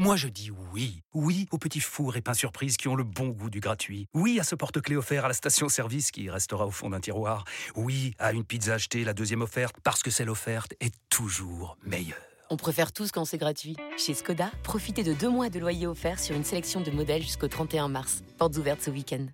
Moi je dis oui. Oui aux petits fours et pains surprises qui ont le bon goût du gratuit. Oui à ce porte-clés offert à la station-service qui restera au fond d'un tiroir. Oui à une pizza achetée, la deuxième offerte, parce que celle offerte est toujours meilleure. On préfère tous quand c'est gratuit. Chez Skoda, profitez de 2 mois de loyer offert sur une sélection de modèles jusqu'au 31 mars. Portes ouvertes ce week-end.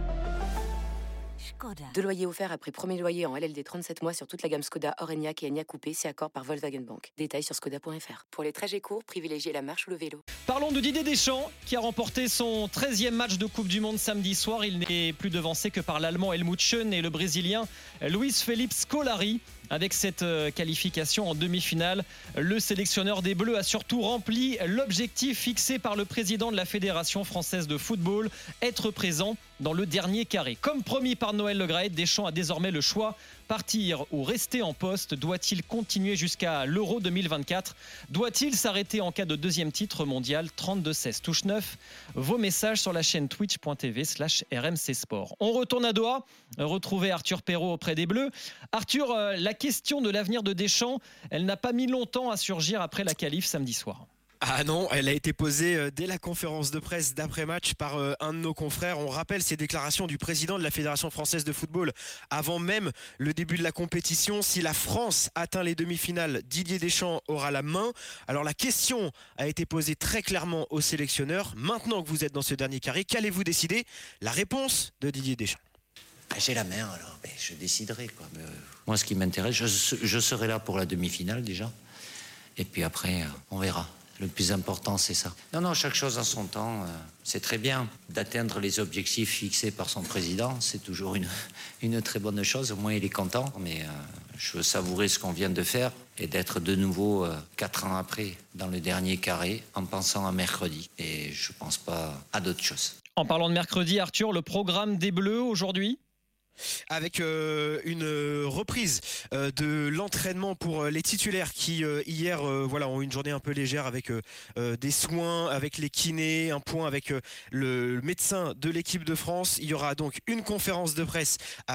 2 loyers offerts après premier loyer en LLD 37 mois sur toute la gamme Skoda, Orenia et Enyaq Coupé, si accord par Volkswagen Bank. Détails sur skoda.fr. Pour les trajets courts, privilégiez la marche ou le vélo. Parlons de Didier Deschamps qui a remporté son 13e match de Coupe du Monde samedi soir. Il n'est plus devancé que par l'Allemand Helmut Schön et le Brésilien Luis Felipe Scolari. Avec cette qualification en demi-finale, le sélectionneur des Bleus a surtout rempli l'objectif fixé par le président de la Fédération française de football, être présent dans le dernier carré. Comme promis par Noël Le Graët, Deschamps a désormais le choix, partir ou rester en poste. Doit-il continuer jusqu'à l'Euro 2024 ? Doit-il s'arrêter en cas de deuxième titre mondial ? 32-16 touche 9. Vos messages sur la chaîne twitch.tv/RMC Sport. On retourne à Doha, retrouver Arthur Perrault auprès des Bleus. Arthur, la question de l'avenir de Deschamps, elle n'a pas mis longtemps à surgir après la qualif samedi soir. Ah non, elle a été posée dès la conférence de presse d'après-match par un de nos confrères. On rappelle ces déclarations du président de la Fédération française de football avant même le début de la compétition. Si la France atteint les demi-finales, Didier Deschamps aura la main. Alors la question a été posée très clairement au sélectionneur. Maintenant que vous êtes dans ce dernier carré, qu'allez-vous décider ? La réponse de Didier Deschamps. J'ai la main, alors je déciderai, quoi. Moi, ce qui m'intéresse, je serai là pour la demi-finale déjà. Et puis après, on verra. Le plus important, c'est ça. Non, chaque chose en son temps. C'est très bien d'atteindre les objectifs fixés par son président. C'est toujours une très bonne chose. Au moins, il est content. Mais je veux savourer ce qu'on vient de faire et d'être de nouveau 4 ans après dans le dernier carré en pensant à mercredi. Et je ne pense pas à d'autres choses. En parlant de mercredi, Arthur, le programme des Bleus aujourd'hui ? Avec une reprise de l'entraînement pour les titulaires qui hier ont une journée un peu légère avec des soins, avec les kinés, un point avec le médecin de l'équipe de France. Il y aura donc une conférence de presse à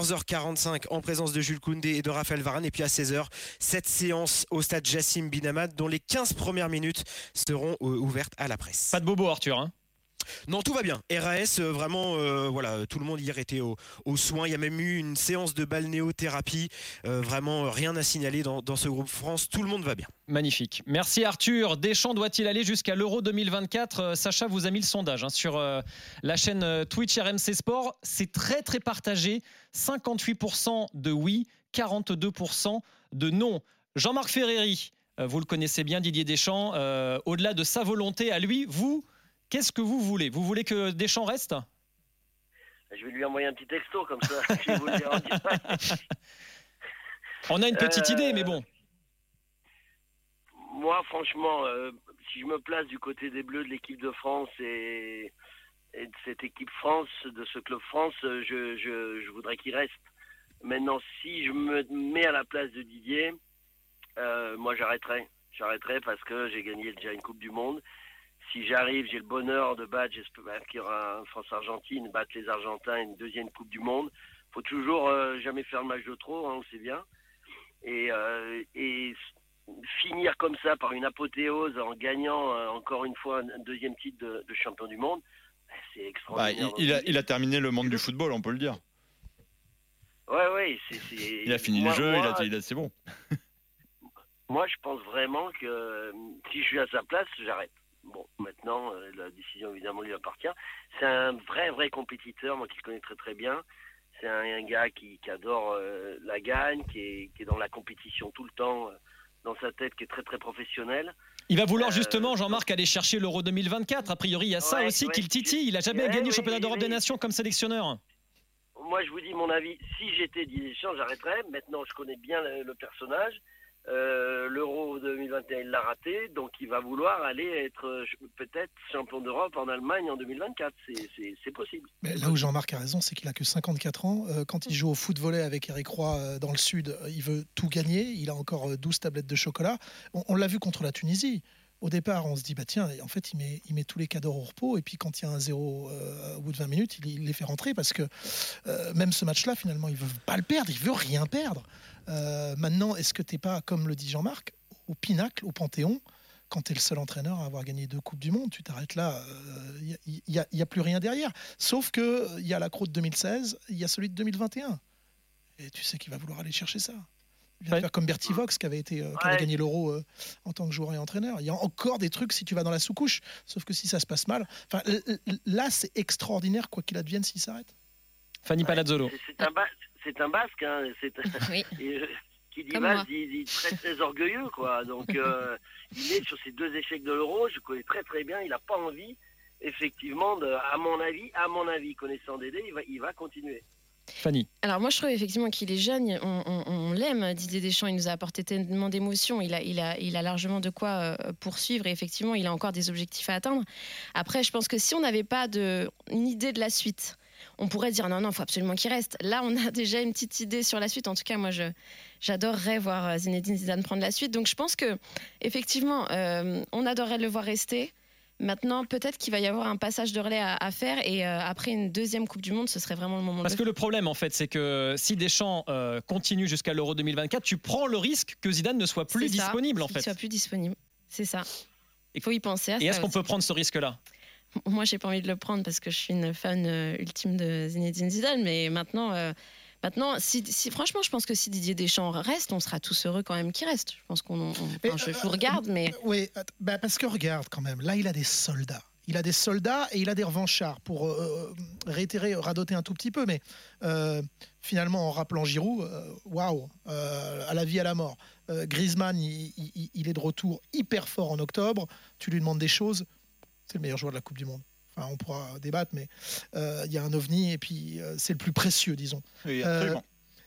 14h45 en présence de Jules Koundé et de Raphaël Varane, et puis à 16h cette séance au stade Jassim Bin Hamad dont les 15 premières minutes seront ouvertes à la presse. Pas de bobo, Arthur, hein ? Non, tout va bien. RAS, vraiment, tout le monde hier était aux soins. Il y a même eu une séance de balnéothérapie. Vraiment, rien à signaler dans ce groupe France. Tout le monde va bien. Magnifique. Merci Arthur. Deschamps doit-il aller jusqu'à l'Euro 2024 ? Sacha vous a mis le sondage sur la chaîne Twitch RMC Sport. C'est très très partagé. 58% de oui, 42% de non. Jean-Marc Ferreri, vous le connaissez bien, Didier Deschamps. Au-delà de sa volonté à lui, qu'est-ce que vous voulez ? Vous voulez que Deschamps reste ? Je vais lui envoyer un petit texto comme ça. Je vais vous le dire en direct. On a une petite idée, mais bon. Moi, franchement, si je me place du côté des Bleus, de l'équipe de France et de cette équipe France, de ce club France, je voudrais qu'il reste. Maintenant, si je me mets à la place de Didier, moi j'arrêterai. J'arrêterai parce que j'ai gagné déjà une Coupe du Monde. Si j'arrive, j'ai le bonheur de battre, j'espère qu'il y aura un France-Argentine, battre les Argentins, une deuxième Coupe du Monde. Faut toujours jamais faire le match de trop, on sait bien. Et finir comme ça par une apothéose en gagnant encore une fois un deuxième titre de champion du monde, c'est extraordinaire. Il a terminé le monde du football, on peut le dire. Ouais, il a fini le jeu, c'est bon. Moi, je pense vraiment que si je suis à sa place, j'arrête. Bon, maintenant, la décision, évidemment, lui appartient. C'est un vrai compétiteur, moi qui le connais très très bien. C'est un gars qui adore la gagne, qui est dans la compétition tout le temps, dans sa tête, qui est très très professionnel. Il va vouloir justement, Jean-Marc, aller chercher l'Euro 2024. A priori, il y a ça aussi qu'il titille. Il n'a jamais gagné le championnat d'Europe des Nations comme sélectionneur. Moi, je vous dis mon avis. Si j'étais Didier Deschamps, j'arrêterais. Maintenant, je connais bien le personnage. L'Euro 2021, il l'a raté, donc il va vouloir aller être peut-être champion d'Europe en Allemagne en 2024. C'est possible. Mais là où Jean-Marc a raison, c'est qu'il a que 54 ans. Quand il joue au foot-volley avec Eric Roy dans le Sud, il veut tout gagner. Il a encore 12 tablettes de chocolat. On l'a vu contre la Tunisie. Au départ, on se dit, tiens, en fait, il met tous les cadors au repos. Et puis, quand il y a un 0 au bout de 20 minutes, il les fait rentrer parce que même ce match-là, finalement, il ne veut pas le perdre. Il ne veut rien perdre. Maintenant, est-ce que tu n'es pas, comme le dit Jean-Marc, au pinacle, au Panthéon ? quand tu es le seul entraîneur à avoir gagné 2 Coupes du Monde. Tu t'arrêtes là, il n'y a plus rien derrière. Sauf qu'il y a l'accro de 2016, il y a celui de 2021. Et tu sais qu'il va vouloir aller chercher ça. Il va faire comme Bertie Vox qui avait gagné l'Euro en tant que joueur et entraîneur. Il y a encore des trucs si tu vas dans la sous-couche. Sauf que si ça se passe mal, là c'est extraordinaire quoi qu'il advienne s'il s'arrête. Fanny Palazzolo. C'est un Basque, hein. Oui. Qui dit Basque dit très très orgueilleux, quoi. Donc il est sur ces 2 échecs de l'Euro. Je connais très très bien. Il n'a pas envie, effectivement, à mon avis, connaissant Dédé, il va continuer. Fanny. Alors moi je trouve effectivement qu'il est jeune, on l'aime, Didier Deschamps, il nous a apporté tellement d'émotions, il a largement de quoi poursuivre et effectivement il a encore des objectifs à atteindre. Après je pense que si on n'avait pas une idée de la suite, on pourrait dire non, il faut absolument qu'il reste. Là on a déjà une petite idée sur la suite, en tout cas moi j'adorerais voir Zinedine Zidane prendre la suite, donc je pense que effectivement on adorerait le voir rester. Maintenant, peut-être qu'il va y avoir un passage de relais à faire et après une 2e Coupe du Monde, ce serait vraiment le moment. Parce que le problème, en fait, c'est que si Deschamps continue jusqu'à l'Euro 2024, tu prends le risque que Zidane ne soit plus disponible, en fait. Qu'il soit plus disponible, c'est ça. Il faut y penser à ça. Et est-ce qu'on peut prendre ce risque-là ? Moi, j'ai pas envie de le prendre parce que je suis une fan ultime de Zinedine Zidane, mais maintenant, franchement, je pense que si Didier Deschamps reste, on sera tous heureux quand même qu'il reste. Je pense je vous regarde, mais... Oui, parce que regarde quand même, là, il a des soldats. Il a des soldats et il a des revanchards. Pour radoter un tout petit peu, mais finalement, en rappelant Giroud, waouh, à la vie, à la mort. Griezmann, il est de retour hyper fort en octobre. Tu lui demandes des choses, c'est le meilleur joueur de la Coupe du Monde. Enfin, on pourra débattre, mais il y a un ovni et puis c'est le plus précieux, disons. Oui, absolument.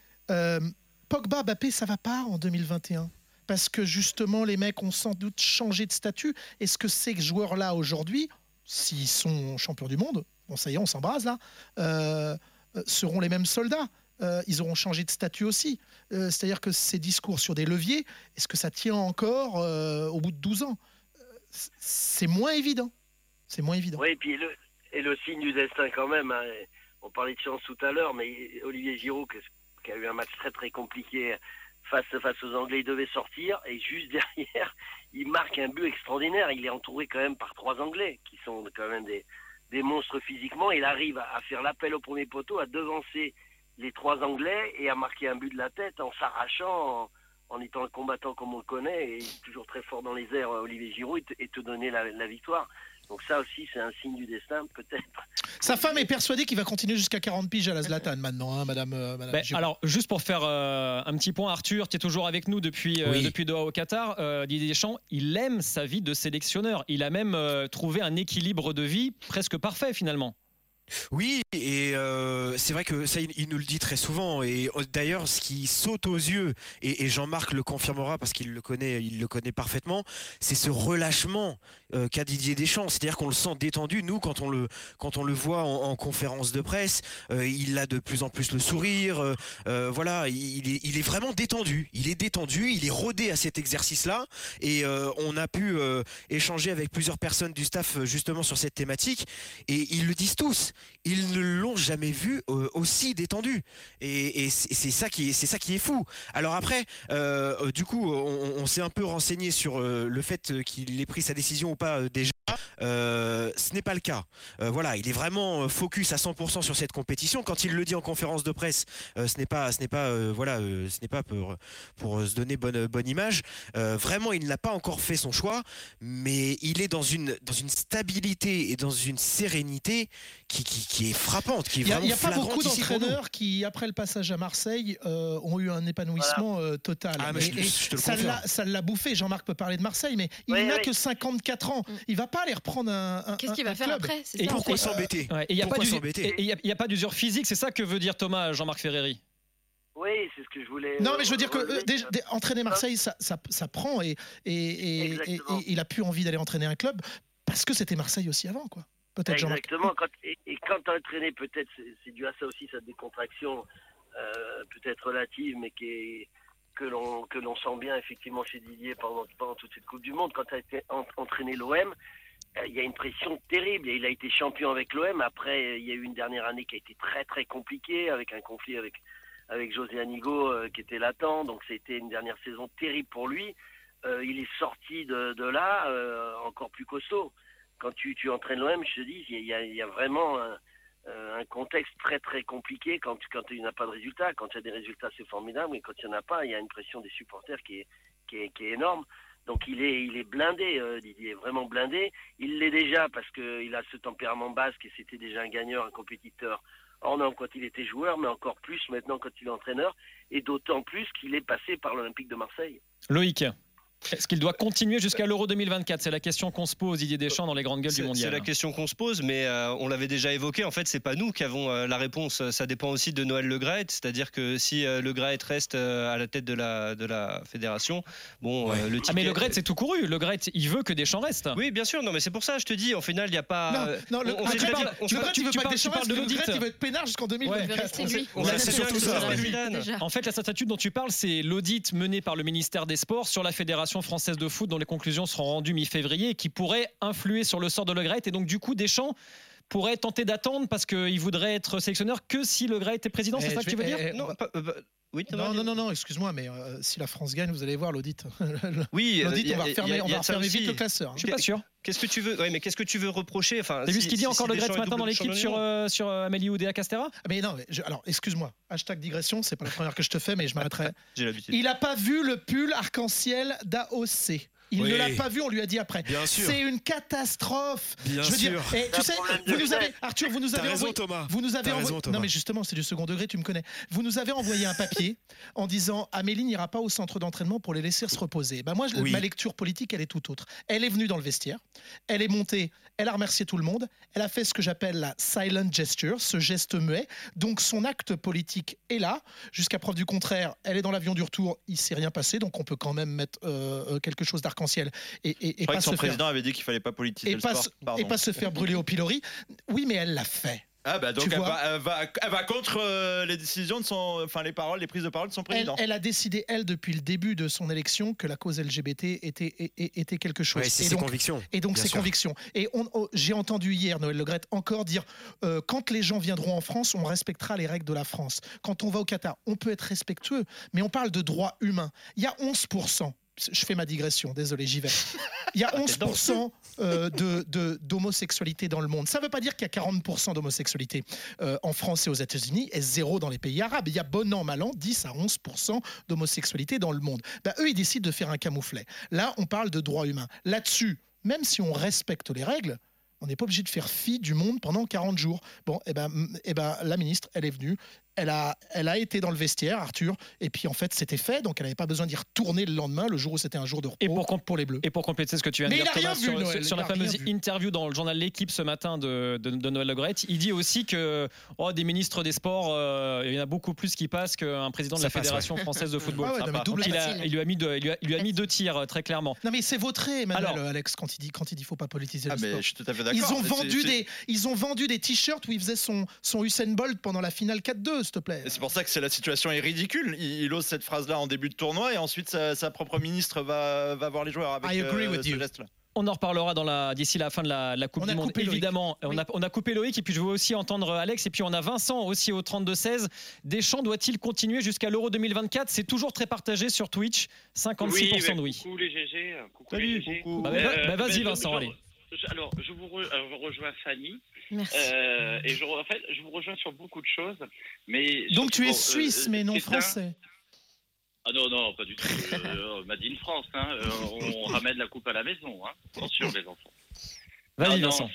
Pogba, Mbappé, ça va pas en 2021 parce que justement, les mecs ont sans doute changé de statut. Est-ce que ces joueurs-là, aujourd'hui, s'ils sont champions du monde, bon, ça y est, on s'embrase là, seront les mêmes soldats. Ils auront changé de statut aussi. C'est-à-dire que ces discours sur des leviers, est-ce que ça tient encore au bout de 12 ans ? C'est moins évident. C'est moins évident. Oui, et puis le signe du destin quand même. Hein. On parlait de chance tout à l'heure, mais Olivier Giroud, qui a eu un match très très compliqué face aux Anglais, il devait sortir. Et juste derrière, il marque un but extraordinaire. Il est entouré quand même par 3 Anglais, qui sont quand même des monstres physiquement. Il arrive à faire l'appel au premier poteau, à devancer les 3 Anglais et à marquer un but de la tête en s'arrachant, en étant un combattant comme on le connaît, et toujours très fort dans les airs, Olivier Giroud, et te donner la victoire. Donc ça aussi, c'est un signe du destin, peut-être. Sa femme est persuadée qu'il va continuer jusqu'à 40 piges à la Zlatan maintenant, hein, madame alors, juste pour faire un petit point, Arthur, tu es toujours avec nous depuis Doha au Qatar. Didier Deschamps, il aime sa vie de sélectionneur. Il a même trouvé un équilibre de vie presque parfait, finalement. Oui, et c'est vrai que ça, il nous le dit très souvent. Et d'ailleurs, ce qui saute aux yeux, et Jean-Marc le confirmera parce qu'il le connaît parfaitement, c'est ce relâchement qu'a Didier Deschamps. C'est-à-dire qu'on le sent détendu. Nous, quand on le voit en conférence de presse, il a de plus en plus le sourire. Voilà, il est vraiment détendu. Il est détendu, il est rodé à cet exercice-là. Et on a pu échanger avec plusieurs personnes du staff justement sur cette thématique. Et ils le disent tous. Ils ne l'ont jamais vu aussi détendu, et c'est ça qui est fou. Alors après, du coup, on s'est un peu renseigné sur le fait qu'il ait pris sa décision ou pas déjà. Ce n'est pas le cas. Voilà, il est vraiment focus à 100% sur cette compétition. Quand il le dit en conférence de presse, ce n'est pas pour se donner bonne image. Vraiment, il n'a pas encore fait son choix, mais il est dans une stabilité et dans une sérénité qui est frappante, qui est vraiment flagrante. Il n'y a pas beaucoup d'entraîneurs qui, après le passage à Marseille, ont eu un épanouissement total. Ah, mais je te le confirme. Ça l'a bouffé. Jean-Marc peut parler de Marseille, mais il n'a que 54 ans. Il va pas aller reprendre un Qu'est-ce qu'il va faire club. après, Et pourquoi s'embêter? Il n'y a pas d'usure physique, c'est ça que veut dire Thomas, Jean-Marc Ferreri. Oui, c'est ce que je voulais. Non, mais je veux dire que entraîner Marseille, ça prend, et il a plus envie d'aller entraîner un club parce que c'était Marseille aussi avant, quoi. Peut-être. Exactement. Quand tu as entraîné, peut-être c'est dû à ça aussi, cette décontraction peut-être relative, mais que l'on sent bien effectivement chez Didier pendant toute cette Coupe du Monde. Quand tu as entraîné l'OM, il y a une pression terrible. Et il a été champion avec l'OM. Après, il y a eu une dernière année qui a été très très compliquée, avec un conflit avec José Anigo qui était latent. Donc c'était une dernière saison terrible pour lui. il est sorti de là encore plus costaud. Quand tu entraînes l'OM, je te dis, il y a vraiment un contexte très très compliqué quand il n'y a pas de résultats. Quand il y a des résultats, c'est formidable, mais quand il n'y en a pas, il y a une pression des supporters qui est énorme. Donc il est blindé, Didier, vraiment blindé. Il l'est déjà parce qu'il a ce tempérament basque et c'était déjà un gagneur, un compétiteur hors norme quand il était joueur, mais encore plus maintenant quand il est entraîneur, et d'autant plus qu'il est passé par l'Olympique de Marseille. Loïc, est-ce qu'il doit continuer jusqu'à l'Euro 2024 ? C'est la question qu'on se pose, Didier Deschamps, dans les grandes gueules du mondial. C'est la question qu'on se pose, mais on l'avait déjà évoqué. En fait, c'est pas nous qui avons la réponse. Ça dépend aussi de Noël Le Graët. C'est-à-dire que si Le Graët reste à la tête de la fédération, bon, le ticket... mais Le Graët, c'est tout couru. Le Graët, il veut que Deschamps reste. Oui, bien sûr. Non, mais c'est pour ça, je te dis. En final, il n'y a pas. Non, tu veux pas que Deschamps reste, Le Graët, il veut être peinard jusqu'en 2024. C'est surtout ça. En fait, la statute dont tu parles, c'est l'audit mené par le ministère des Sports sur la Fédération française de foot, dont les conclusions seront rendues mi-février et qui pourrait influer sur le sort de Le Graët. Et donc, du coup, Deschamps pourrait tenter d'attendre parce qu'il voudrait être sélectionneur que si Le Graët est président. C'est ça que tu veux dire ? Oui, non, excuse-moi, mais si la France gagne, vous allez voir l'audit. Oui, l'audit, on va refermer vite le classeur. Je suis pas sûr. Qu'est-ce que tu veux ? Ouais, mais qu'est-ce que tu veux reprocher ? Enfin, t'as vu ce qu'il dit encore Le Graët ce matin dans l'équipe sur Amélie Oudéa-Castéra ? Mais non, alors excuse-moi. #digression, c'est pas la première que je te fais, mais je m'arrêterai. J'ai l'habitude. Il a pas vu le pull arc-en-ciel d'AOC. Il ne l'a pas vu, on lui a dit après. C'est une catastrophe. Bien sûr. Et tu sais, Arthur, vous nous avez raison, envoyé. Thomas. Vous nous avez envoyé. Thomas. Non, mais justement, c'est du second degré, tu me connais. Vous nous avez envoyé un papier en disant Amélie n'ira pas au centre d'entraînement pour les laisser se reposer. Ben moi, ma lecture politique, elle est tout autre. Elle est venue dans le vestiaire, elle est montée, elle a remercié tout le monde, elle a fait ce que j'appelle la silent gesture, ce geste muet. Donc son acte politique est là. Jusqu'à preuve du contraire, elle est dans l'avion du retour, il s'est rien passé, donc on peut quand même mettre quelque chose d'arc-en-ciel. Je crois que son président avait dit qu'il fallait pas politiser le sport. Et pas se faire brûler au pilori. Oui, mais elle l'a fait. Ah bah donc elle va contre les décisions de les prises de parole de son président. Elle a décidé, depuis le début de son élection, que la cause LGBT était quelque chose. Ouais, c'est ses convictions. Et donc ses convictions. Et j'ai entendu hier Noël Le Graët encore dire quand les gens viendront en France, on respectera les règles de la France. Quand on va au Qatar, on peut être respectueux, mais on parle de droits humains. Il y a 11%. Je fais ma digression, désolé, j'y vais. Il y a 11% d'homosexualité dans le monde. Ça ne veut pas dire qu'il y a 40% d'homosexualité en France et aux États-Unis et 0 dans les pays arabes. Il y a bon an, mal an, 10 à 11% d'homosexualité dans le monde. Eux, ils décident de faire un camouflet. Là, on parle de droits humains. Là-dessus, même si on respecte les règles, on n'est pas obligé de faire fi du monde pendant 40 jours. Bon, la ministre, elle est venue. Elle a été dans le vestiaire, Arthur, et puis en fait c'était fait, donc elle n'avait pas besoin d'y retourner le lendemain, le jour où c'était un jour de repos pour les Bleus. Et pour compléter ce que tu viens de dire, Thomas, sur la fameuse interview dans le journal L'Équipe ce matin de Noël Le Graët, il dit aussi que des ministres des Sports, il y en a beaucoup plus qui passent qu'un président de la Fédération française de football. Il lui a mis 2 tirs très clairement. Non mais c'est vautré, Emmanuel, Alex, quand il dit faut pas politiser le sport. Mais je suis tout à fait d'accord. Ils ont vendu des t-shirts où il faisait son Usain Bolt pendant la finale 4-2. S'il te plaît. Et c'est pour ça que la situation est ridicule. Il ose cette phrase-là en début de tournoi et ensuite sa propre ministre va voir les joueurs avec ce geste-là. On en reparlera d'ici la fin de la Coupe du Monde, évidemment. On a coupé Loïc et puis je veux aussi entendre Alex et puis on a Vincent aussi au 32-16. Deschamps doit-il continuer jusqu'à l'Euro 2024 ? C'est toujours très partagé sur Twitch. 56% de oui. Coucou les GG. Salut. Vas-y Vincent, allez. Alors, je vous rejoins Fanny. Merci. Et je vous rejoins sur beaucoup de choses. Mais donc tu es suisse, mais non français. Ah non, pas du tout. Made in France. On ramène la coupe à la maison. Attention les enfants. Vas-y Vincent.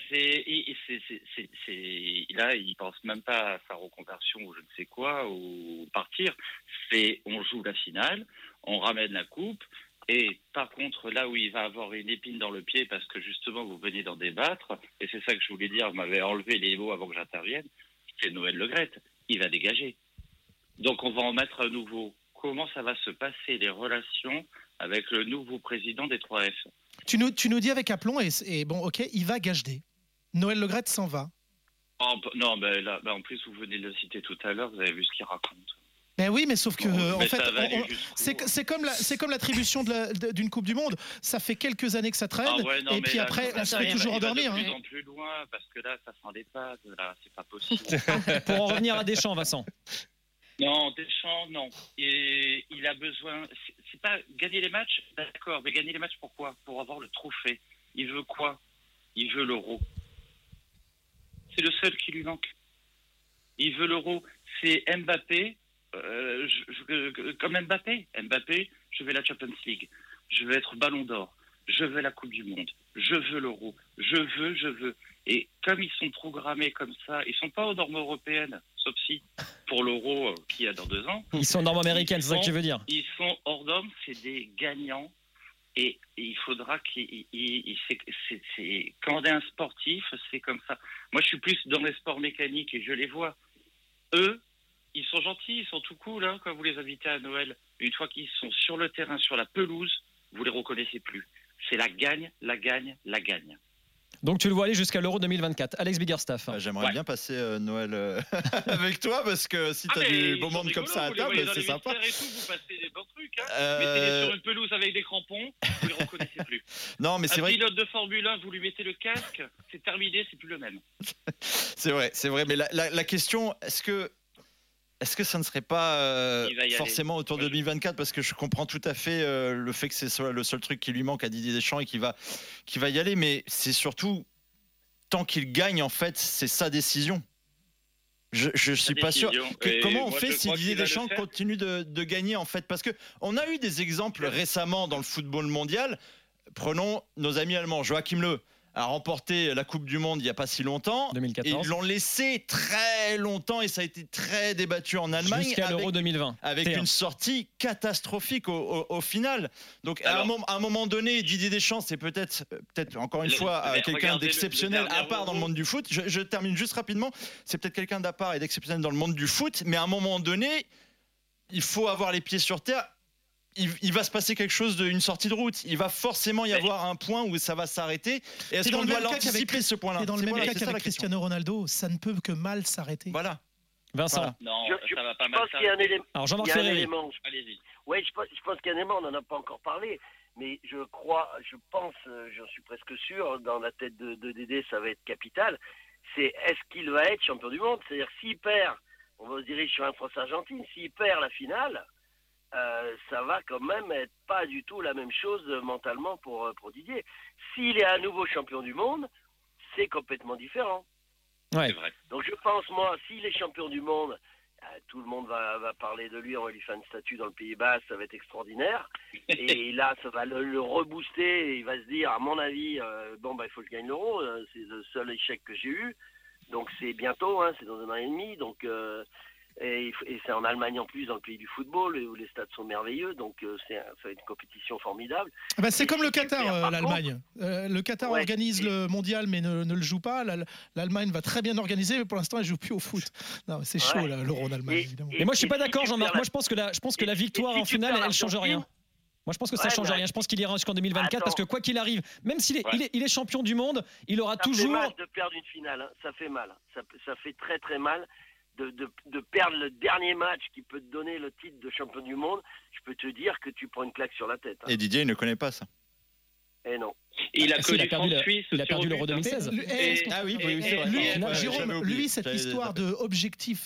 Là, il pense même pas à sa reconversion ou je ne sais quoi, ou partir. On joue la finale, on ramène la coupe. Et par contre, là où il va avoir une épine dans le pied, parce que justement, vous venez d'en débattre, et c'est ça que je voulais dire, vous m'avez enlevé les mots avant que j'intervienne, c'est Noël Le Graët. Il va dégager. Donc on va en mettre un nouveau. Comment ça va se passer, les relations avec le nouveau président des 3F ? Tu nous dis avec aplomb, et bon, ok, il va gageder. Noël Le Graët s'en va. Non, là, en plus, vous venez de le citer tout à l'heure, vous avez vu ce qu'il raconte. Ben oui, mais sauf que en fait, c'est comme l'attribution d'une Coupe du Monde. Ça fait quelques années que ça traîne, et puis là, après, on se fait toujours endormir. De plus en plus loin, parce que là, ça s'en dépasse. Là, c'est pas possible. Pour en revenir à Deschamps, Vincent. Non, Deschamps, non. Et il a besoin. C'est pas gagner les matchs, d'accord, mais gagner les matchs pourquoi ? Pour avoir le trophée. Il veut quoi ? Il veut l'euro. C'est le seul qui lui manque. Il veut l'euro. C'est Mbappé, comme Mbappé. Mbappé, je veux la Champions League. Je veux être Ballon d'Or. Je veux la Coupe du Monde. Je veux l'euro. Je veux. Et comme ils sont programmés comme ça, ils sont pas aux normes européennes, sauf si pour l'euro qui a dans 2 ans. Ils sont normes américaines, c'est ça que tu veux dire ? Ils sont hors normes, c'est des gagnants. Et il faudra quand on est un sportif, c'est comme ça. Moi, je suis plus dans les sports mécaniques et je les vois. Eux, ils sont gentils, ils sont tout cool hein, quand vous les invitez à Noël. Une fois qu'ils sont sur le terrain, sur la pelouse, vous les reconnaissez plus. C'est la gagne. Donc tu le vois aller jusqu'à l'Euro 2024. Alex Biggerstaff. J'aimerais bien passer Noël avec toi parce que si tu as du beau monde comme ça à table, c'est sympa. Et tout, vous passez des bons trucs. Mettez-les sur une pelouse avec des crampons, vous les reconnaissez plus. Non, mais c'est vrai. Un pilote de Formule 1, vous lui mettez le casque, c'est terminé, c'est plus le même. C'est vrai. Mais la question, est-ce que ça ne serait pas forcément autour de 2024 parce que je comprends tout à fait le fait que c'est le seul truc qui lui manque à Didier Deschamps et qui va y aller, mais c'est surtout tant qu'il gagne en fait c'est sa décision. Je suis pas sûr. Comment on fait si Didier Deschamps continue de gagner en fait, parce que on a eu des exemples récemment dans le football mondial. Prenons nos amis allemands. Joachim Löw a remporté la Coupe du Monde il n'y a pas si longtemps. 2014. Et ils l'ont laissé très longtemps et ça a été très débattu en Allemagne. Jusqu'à l'Euro 2020. Avec une sortie catastrophique au final. Donc à un moment donné, Didier Deschamps, c'est peut-être encore une fois quelqu'un d'exceptionnel à part dans le monde du foot. Je termine juste rapidement. C'est peut-être quelqu'un d'à part et d'exceptionnel dans le monde du foot. Mais à un moment donné, il faut avoir les pieds sur terre. Il va se passer quelque chose d'une sortie de route. Il va forcément y avoir un point où ça va s'arrêter. Et est-ce qu'on doit l'anticiper ce point-là ? C'est dans le même cas qu'avec Cristiano Ronaldo. Ça ne peut que mal s'arrêter. Voilà. Vincent. Voilà. Non, ça va pas mal. Je pense qu'il y a un élément. Alors Jean-Marc Ferreri. Allez-y. Oui, je pense qu'il y a un élément. On n'en a pas encore parlé. Mais je pense, j'en suis presque sûr, dans la tête de Dédé, ça va être capital. C'est est-ce qu'il va être champion du monde ? C'est-à-dire s'il perd, on va se diriger sur un France-Argentine. S'il perd la finale. Ça va quand même être pas du tout la même chose mentalement pour Didier. S'il est à nouveau champion du monde, c'est complètement différent. Ouais. C'est vrai. Donc je pense, moi, s'il est champion du monde, tout le monde va parler de lui, on va lui faire une statue dans le Pays Bas, ça va être extraordinaire. Et là, ça va le rebooster et il va se dire, à mon avis, il faut que je gagne l'Euro, c'est le seul échec que j'ai eu. Donc c'est bientôt, c'est dans 1 an et demi, donc... Et c'est en Allemagne en plus, dans le pays du football, où les stades sont merveilleux, donc ça va être une compétition formidable. C'est comme le Qatar, l'Allemagne. Le Qatar organise le mondial, mais ne le joue pas. L'Allemagne va très bien organiser, mais pour l'instant, elle ne joue plus au foot. Non, c'est chaud, l'Euro en Allemagne, évidemment. Et moi, je ne suis pas d'accord, Jean-Marc. Moi, je pense que la victoire en finale, elle ne change rien. Moi, je pense que ça ne change rien. Je pense qu'il ira jusqu'en 2024 parce que quoi qu'il arrive, même s'il est champion du monde, il aura toujours... Ça fait mal de perdre une finale. Ça fait mal. Ça fait très, très mal. De perdre le dernier match qui peut te donner le titre de champion du monde, je peux te dire que tu prends une claque sur la tête. Et Didier, il ne connaît pas ça. Eh non. Il a perdu l'Euro 2016. Ah oui, c'est vrai. Jérôme, lui, cette histoire de objectif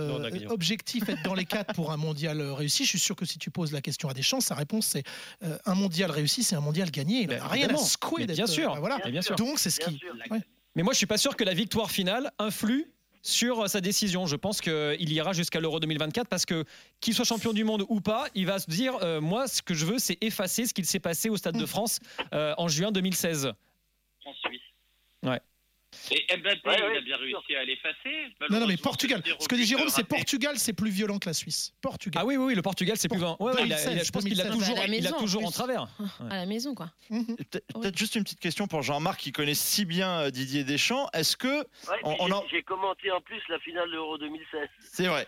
être dans les 4 pour un mondial réussi, je suis sûr que si tu poses la question à Deschamps, sa réponse c'est un mondial réussi, c'est un mondial gagné. Il n'a rien à secouer. Bien sûr. Donc c'est ce qui. Mais moi, je suis pas sûr que la victoire finale influe sur sa décision. Je pense qu'il ira jusqu'à l'Euro 2024 parce que qu'il soit champion du monde ou pas, il va se dire moi, ce que je veux, c'est effacer ce qu'il s'est passé au Stade de France en juin 2016. France-Suisse. Ouais. Et Mbappé, il a bien réussi à l'effacer. Non, mais Portugal. Ce que dit Jérôme, c'est Portugal, c'est plus violent que la Suisse. Portugal. Ah oui, le Portugal, c'est plus violent. Je pense qu'il a toujours en travers. À la maison, quoi. Peut-être juste une petite question pour Jean-Marc qui connaît si bien Didier Deschamps. Est-ce que j'ai commenté en plus la finale de l'Euro 2016. C'est vrai.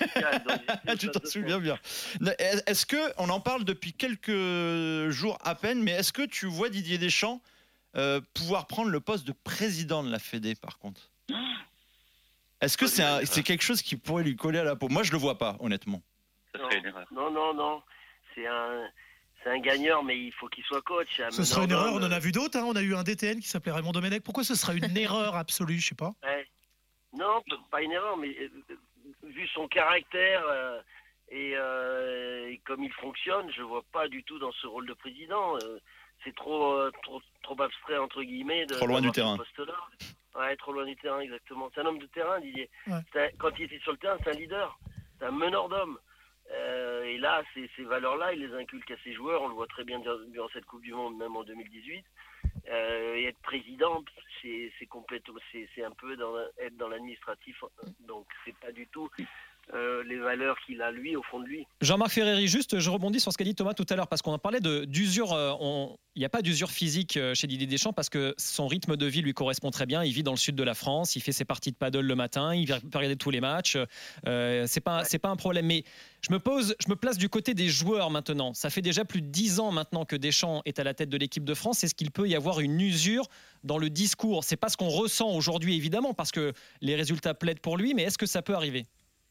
Tu t'en souviens bien. Est-ce que on en parle depuis quelques jours à peine, mais est-ce que tu vois Didier Deschamps pouvoir prendre le poste de président de la Fédé, par contre? Est-ce que c'est quelque chose qui pourrait lui coller à la peau? Moi, je le vois pas, honnêtement. Ça serait une erreur. Non. C'est un gagneur, mais il faut qu'il soit coach. Ce serait une erreur, on en a vu d'autres. On a eu un DTN qui s'appelait Raymond Domenech. Pourquoi ce serait une erreur absolue? Je sais pas. Non, pas une erreur, mais vu son caractère, Et comme il fonctionne, je ne vois pas du tout dans ce rôle de président. C'est trop abstrait, entre guillemets. Trop loin du terrain. Ouais, trop loin du terrain, exactement. C'est un homme de terrain, Didier. Ouais. Quand il était sur le terrain, c'est un leader. C'est un meneur d'hommes. Et là, ces valeurs-là, il les inculque à ses joueurs. On le voit très bien durant cette Coupe du Monde, même en 2018. Et être président, c'est complètement, c'est un peu être dans l'administratif. Donc, c'est pas du tout les valeurs qu'il a lui au fond de lui. Jean-Marc Ferreri, juste, je rebondis sur ce qu'a dit Thomas tout à l'heure parce qu'on en parlait d'usure. Il n'y a pas d'usure physique chez Didier Deschamps parce que son rythme de vie lui correspond très bien. Il vit dans le sud de la France, il fait ses parties de paddle le matin, il vient regarder tous les matchs. C'est pas un problème. Mais je me place du côté des joueurs maintenant. Ça fait déjà plus de 10 ans maintenant que Deschamps est à la tête de l'équipe de France. Est-ce qu'il peut y avoir une usure dans le discours? C'est pas ce qu'on ressent aujourd'hui évidemment parce que les résultats plaident pour lui, mais est-ce que ça peut arriver?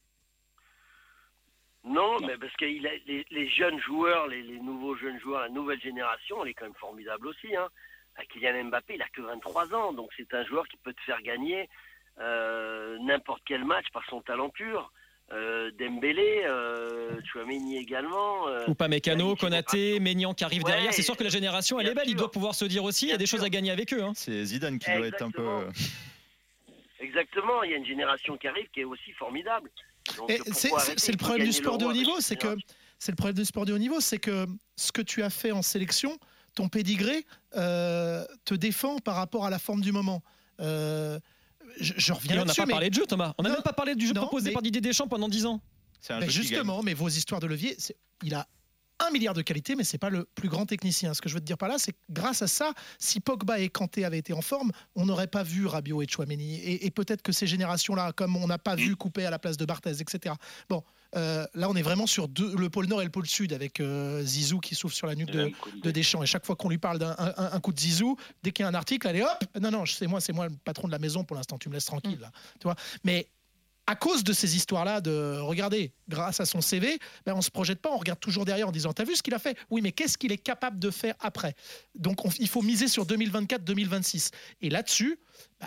Non, mais parce que les jeunes joueurs, les nouveaux jeunes joueurs, la nouvelle génération, elle est quand même formidable aussi. Hein. Kylian Mbappé, il a que 23 ans, donc c'est un joueur qui peut te faire gagner n'importe quel match par son talent pur. Dembélé, Tchouaméni également. Upamecano, Konaté, Maignan qui arrive derrière. C'est sûr que la génération, elle est belle. sûr. Il doit pouvoir se dire aussi, il y a des choses à gagner avec eux. Hein. C'est Zidane qui doit être un peu... Exactement, il y a une génération qui arrive qui est aussi formidable. Donc, c'est le problème du sport de haut niveau, c'est que ce que tu as fait en sélection, ton pédigré te défend par rapport à la forme du moment. Je reviens là-dessus. On n'a pas parlé de jeu, Thomas. On n'a même pas parlé du jeu proposé par Didier Deschamps pendant 10 ans. Justement, mais vos histoires de levier, il a 1 milliard de qualité, mais c'est pas le plus grand technicien. Ce que je veux te dire par là, c'est que grâce à ça, si Pogba et Kanté avaient été en forme, on n'aurait pas vu Rabiot et Tchouaméni. Et peut-être que ces générations-là, comme on n'a pas vu Coupé à la place de Barthez, etc. Bon, là, on est vraiment sur le pôle Nord et le pôle Sud, avec Zizou qui souffle sur la nuque de Deschamps. Et chaque fois qu'on lui parle d'un coup de Zizou, dès qu'il y a un article, allez hop, non, c'est moi le patron de la maison pour l'instant, tu me laisses tranquille. Là, tu vois. Mais à cause de ces histoires-là, regardez, grâce à son CV, on ne se projette pas, on regarde toujours derrière en disant « T'as vu ce qu'il a fait ?» Oui, mais qu'est-ce qu'il est capable de faire après? Donc, il faut miser sur 2024-2026. Et là-dessus,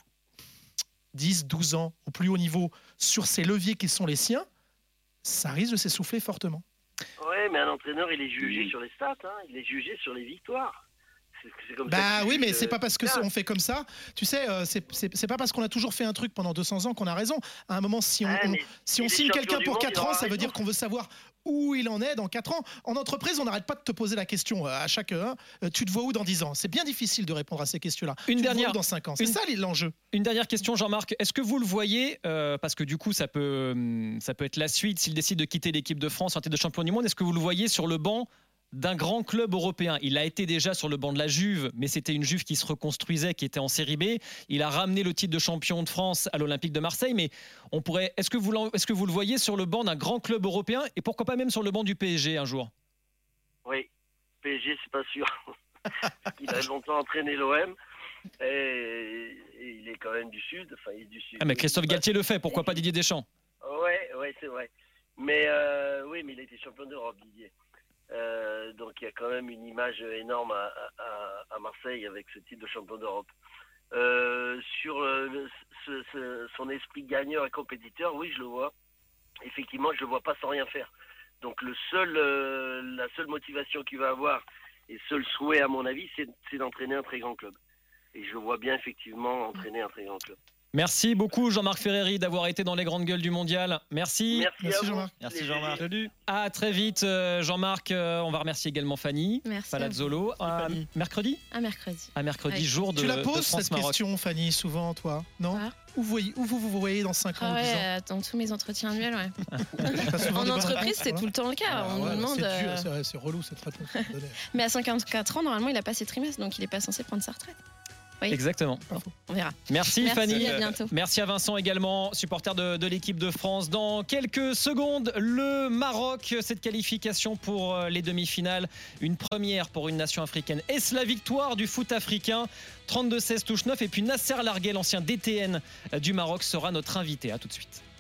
10, 12 ans au plus haut niveau, sur ces leviers qui sont les siens, ça risque de s'essouffler fortement. Oui, mais un entraîneur, il est jugé sur les stats, hein, il est jugé sur les victoires. C'est comme oui, mais c'est pas parce que on fait comme ça. Tu sais, c'est pas parce qu'on a toujours fait un truc pendant 200 ans qu'on a raison. À un moment, si on signe quelqu'un pour 4 ans, ça veut dire qu'on veut savoir où il en est dans 4 ans. En entreprise, on n'arrête pas de te poser la question à chaque tu te vois où dans 10 ans? C'est bien difficile de répondre à ces questions-là. Une dernière te vois où dans 5 ans. C'est ça l'enjeu. Une dernière question, Jean-Marc. Est-ce que vous le voyez, parce que du coup, ça peut être la suite s'il décide de quitter l'équipe de France en tête de champion du monde, est-ce que vous le voyez sur le banc d'un grand club européen? Il a été déjà sur le banc de la Juve, mais c'était une Juve qui se reconstruisait, qui était en série B. Il a ramené le titre de champion de France à l'Olympique de Marseille, mais est-ce que vous le voyez sur le banc d'un grand club européen et pourquoi pas même sur le banc du PSG un jour? Oui, PSG, c'est pas sûr. Il a longtemps entraîné l'OM et il est quand même du Sud. Enfin, il est du Sud. Ah, mais Christophe Galtier le fait, pourquoi pas Didier Deschamps? Ouais, c'est vrai. Mais oui, mais il a été champion d'Europe, Didier. Donc il y a quand même une image énorme à Marseille avec ce titre de champion d'Europe. Sur son esprit gagneur et compétiteur, oui, je le vois. Effectivement, je le vois pas sans rien faire. Donc la seule motivation qu'il va avoir et seul souhait à mon avis, c'est d'entraîner un très grand club. Et je le vois bien effectivement entraîner un très grand club. Merci beaucoup Jean-Marc Ferreri d'avoir été dans les grandes gueules du mondial. Merci Jean-Marc. Merci Jean-Marc. Salut. À très vite Jean-Marc. On va remercier également Fanny Palazzolo. Mercredi. À mercredi. À mercredi, jour de Tu la poses de cette question, Fanny, souvent, toi, non? Où vous voyez dans 5 ans, 10 ans? Dans tous mes entretiens annuels, En entreprise, c'est tout le temps le cas. On nous demande. C'est relou cette réponse. Mais à 54 ans, normalement, il a passé trimestre, donc il n'est pas censé prendre sa retraite. Oui. Exactement. On verra. Merci Fanny. À bientôt. Merci à Vincent également, supporter de l'équipe de France. Dans quelques secondes, le Maroc, cette qualification pour les demi-finales. Une première pour une nation africaine. Est-ce la victoire du foot africain? 32-16 touche 9. Et puis Nasser Larguet, l'ancien DTN du Maroc, sera notre invité. À tout de suite.